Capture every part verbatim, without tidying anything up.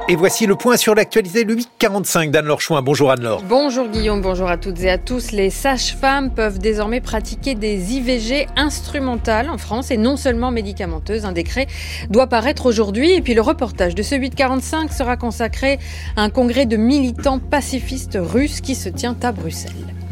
Et voici le point sur l'actualité, le huit quarante-cinq d'Anne-Laure Chouin. Bonjour Anne-Laure. Bonjour Guillaume, bonjour à toutes et à tous. Les sages-femmes peuvent désormais pratiquer des I V G instrumentales en France et non seulement médicamenteuses. Un décret doit paraître aujourd'hui. Et puis le reportage de ce huit quarante-cinq sera consacré à un congrès de militants pacifistes russes qui se tient à Bruxelles.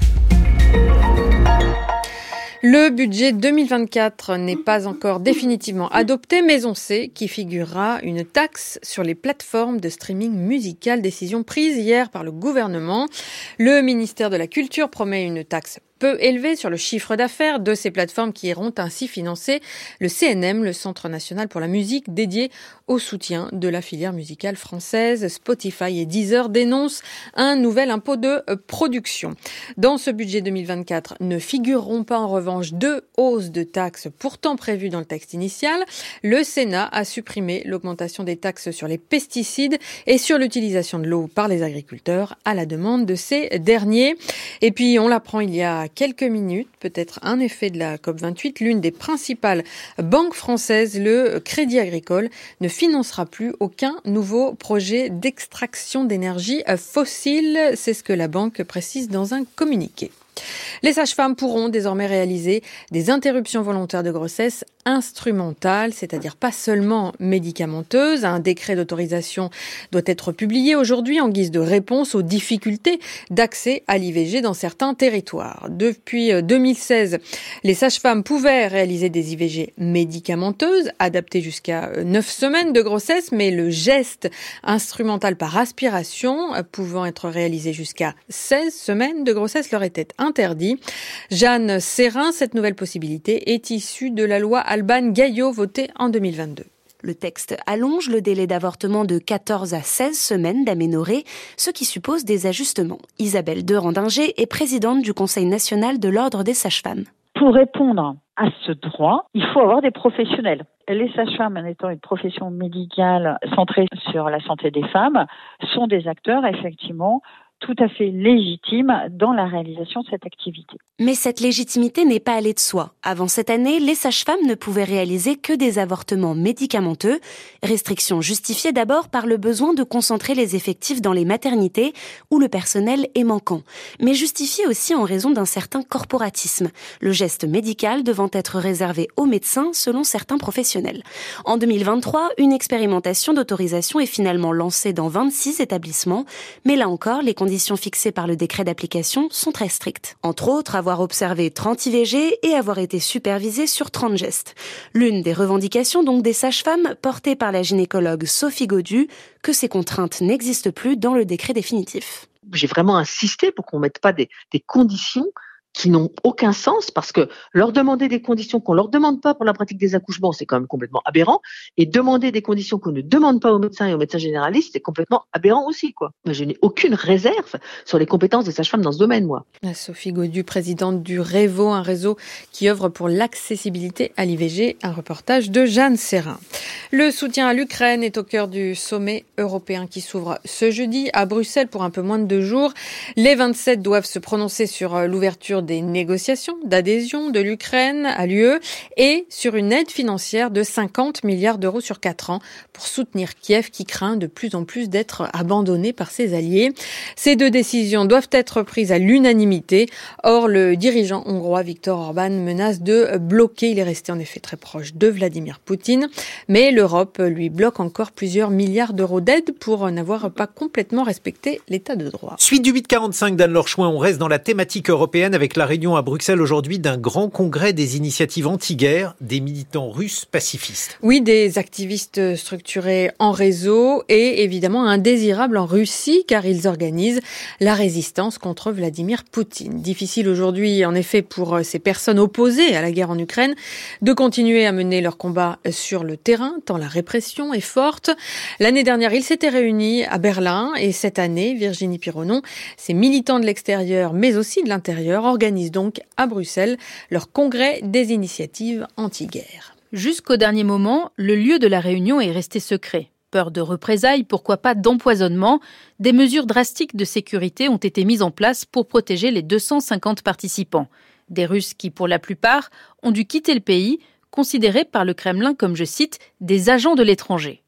Le budget deux mille vingt-quatre n'est pas encore définitivement adopté, mais on sait qu'il figurera une taxe sur les plateformes de streaming musical, décision prise hier par le gouvernement. Le ministère de la Culture promet une taxe peu élevée sur le chiffre d'affaires de ces plateformes qui iront ainsi financer le C N M, le Centre national pour la musique, dédié au soutien de la filière musicale française. Spotify et Deezer dénoncent un nouvel impôt de production. Dans ce budget deux mille vingt-quatre, ne figureront pas en revanche deux hausses de taxes pourtant prévues dans le texte initial. Le Sénat a supprimé l'augmentation des taxes sur les pesticides et sur l'utilisation de l'eau par les agriculteurs à la demande de ces derniers. Et puis, on l'apprend il y a quelques minutes, peut-être un effet de la C O P vingt-huit, l'une des principales banques françaises, le Crédit Agricole, ne financera plus aucun nouveau projet d'extraction d'énergie fossile. C'est ce que la banque précise dans un communiqué. Les sages-femmes pourront désormais réaliser des interruptions volontaires de grossesse instrumentales, c'est-à-dire pas seulement médicamenteuses. Un décret d'autorisation doit être publié aujourd'hui en guise de réponse aux difficultés d'accès à l'I V G dans certains territoires. Depuis deux mille seize, les sages-femmes pouvaient réaliser des I V G médicamenteuses, adaptées jusqu'à neuf semaines de grossesse, mais le geste instrumental par aspiration, pouvant être réalisé jusqu'à seize semaines de grossesse, leur était interdit. Jeanne Serrin, cette nouvelle possibilité est issue de la loi Alban-Gaillot votée en deux mille vingt-deux. Le texte allonge le délai d'avortement de quatorze à seize semaines d'aménorrhée, ce qui suppose des ajustements. Isabelle Derandinger est présidente du Conseil national de l'Ordre des sages-femmes. Pour répondre à ce droit, il faut avoir des professionnels. Les sages-femmes, en étant une profession médicale centrée sur la santé des femmes, sont des acteurs, effectivement, tout à fait légitime dans la réalisation de cette activité. Mais cette légitimité n'est pas allée de soi. Avant cette année, les sages-femmes ne pouvaient réaliser que des avortements médicamenteux, restriction justifiée d'abord par le besoin de concentrer les effectifs dans les maternités où le personnel est manquant, mais justifiée aussi en raison d'un certain corporatisme, le geste médical devant être réservé aux médecins selon certains professionnels. En deux mille vingt-trois, une expérimentation d'autorisation est finalement lancée dans vingt-six établissements, mais là encore, les conditions fixées par le décret d'application sont très strictes. Entre autres, avoir observé trente I V G et avoir été supervisé sur trente gestes. L'une des revendications donc des sages-femmes portée par la gynécologue Sophie Godu, que ces contraintes n'existent plus dans le décret définitif. J'ai vraiment insisté pour qu'on ne mette pas des, des conditions qui n'ont aucun sens, parce que leur demander des conditions qu'on leur demande pas pour la pratique des accouchements, c'est quand même complètement aberrant, et demander des conditions qu'on ne demande pas aux médecins et aux médecins généralistes, c'est complètement aberrant aussi, quoi. Mais je n'ai aucune réserve sur les compétences des sages-femmes dans ce domaine, moi. Sophie Godu, présidente du Révo, un réseau qui œuvre pour l'accessibilité à l'I V G, un reportage de Jeanne Serrin. Le soutien à l'Ukraine est au cœur du sommet européen qui s'ouvre ce jeudi à Bruxelles pour un peu moins de deux jours. Les vingt-sept doivent se prononcer sur l'ouverture des négociations d'adhésion de l'Ukraine à l'U E et sur une aide financière de cinquante milliards d'euros sur quatre ans pour soutenir Kiev qui craint de plus en plus d'être abandonné par ses alliés. Ces deux décisions doivent être prises à l'unanimité. Or, le dirigeant hongrois Viktor Orban menace de bloquer. Il est resté en effet très proche de Vladimir Poutine. Mais l'Europe lui bloque encore plusieurs milliards d'euros d'aide pour n'avoir pas complètement respecté l'état de droit. Suite du huit quarante-cinq d'Anne-Laure Chouin, on reste dans la thématique européenne avec la réunion à Bruxelles aujourd'hui d'un grand congrès des initiatives anti-guerre des militants russes pacifistes. Oui, des activistes structurés en réseau et évidemment indésirables en Russie car ils organisent la résistance contre Vladimir Poutine. Difficile aujourd'hui en effet pour ces personnes opposées à la guerre en Ukraine de continuer à mener leur combat sur le terrain tant la répression est forte. L'année dernière, ils s'étaient réunis à Berlin et cette année, Virginie Pironon, ces militants de l'extérieur mais aussi de l'intérieur organisent donc à Bruxelles leur congrès des initiatives anti-guerre. Jusqu'au dernier moment, le lieu de la réunion est resté secret. Peur de représailles, pourquoi pas d'empoisonnement, des mesures drastiques de sécurité ont été mises en place pour protéger les deux cent cinquante participants. Des Russes qui, pour la plupart, ont dû quitter le pays, considérés par le Kremlin comme, je cite, des agents de l'étranger.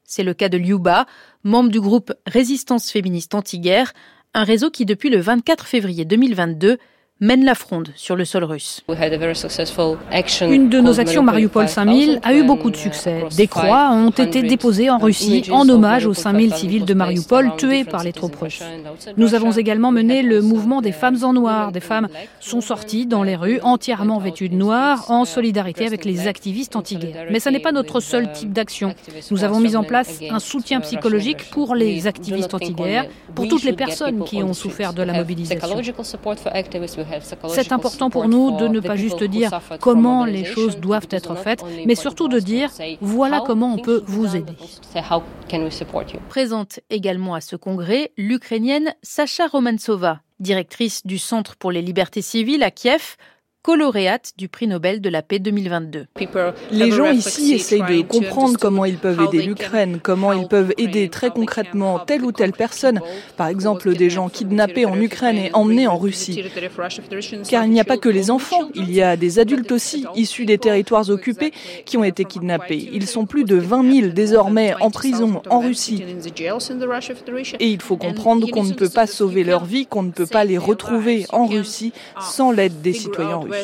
C'est le cas de Liuba, membre du groupe Résistance féministe anti-guerre, un réseau qui, depuis le vingt-quatre février deux mille vingt-deux, mène la fronde sur le sol russe. Une de nos actions Mariupol cinq mille a eu beaucoup de succès. Des croix ont été déposées en Russie en hommage aux cinq mille civils de Mariupol tués par les troupes russes. Nous avons également mené le mouvement des femmes en noir. Des femmes sont sorties dans les rues entièrement vêtues de noir en solidarité avec les activistes anti-guerre. Mais ce n'est pas notre seul type d'action. Nous avavo mis en place un soutien psychologique pour les activistes anti-guerre, pour toutes les personnes qui ont souffert de la mobilisation. C'est important pour nous de ne pas juste dire comment les choses doivent être faites, mais surtout de dire voilà comment on peut vous aider. Présente également à ce congrès l'Ukrainienne Sacha Romantsova, directrice du Centre pour les libertés civiles à Kiev, co-lauréate du prix Nobel de la paix deux mille vingt-deux. Les gens ici essayent de comprendre comment ils peuvent aider l'Ukraine, comment ils peuvent aider très concrètement telle ou telle personne, par exemple des gens kidnappés en Ukraine et emmenés en Russie. Car il n'y a pas que les enfants, il y a des adultes aussi, issus des territoires occupés, qui ont été kidnappés. Ils sont plus de vingt mille désormais en prison en Russie. Et il faut comprendre qu'on ne peut pas sauver leur vie, qu'on ne peut pas les retrouver en Russie sans l'aide des citoyens russes.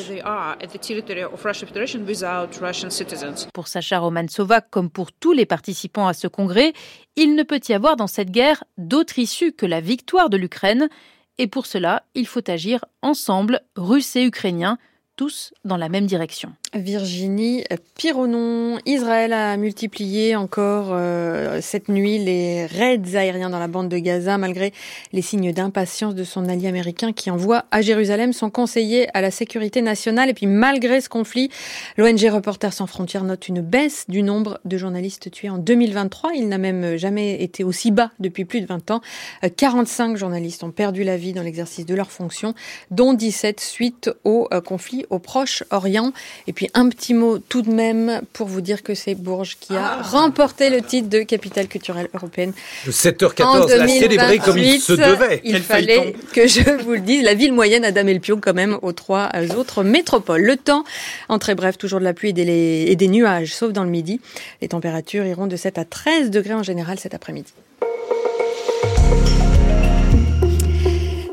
Pour Sacha Romantsova, comme pour tous les participants à ce congrès, il ne peut y avoir dans cette guerre d'autre issue que la victoire de l'Ukraine. Et pour cela, il faut agir ensemble, Russes et Ukrainiens, tous dans la même direction. Virginie Pironon. Israël a multiplié encore euh, cette nuit les raids aériens dans la bande de Gaza, malgré les signes d'impatience de son allié américain qui envoie à Jérusalem son conseiller à la sécurité nationale. Et puis malgré ce conflit, l'O N G Reporters sans frontières note une baisse du nombre de journalistes tués en deux mille vingt-trois. Il n'a même jamais été aussi bas depuis plus de vingt ans. quarante-cinq journalistes ont perdu la vie dans l'exercice de leurs fonctions, dont dix-sept suite au euh, conflit au Proche-Orient. Et puis un petit mot tout de même pour vous dire que c'est Bourges qui a ah. remporté le titre de capitale culturelle européenne. Le sept heures quatorze, la célébrer comme il se devait. Il Quel fallait feuilleton. Que je vous le dise. La ville moyenne a damé le pion quand même aux trois autres métropoles. Le temps, en très bref, toujours de la pluie et des, et des nuages, sauf dans le midi. Les températures iront de sept à treize degrés en général cet après-midi.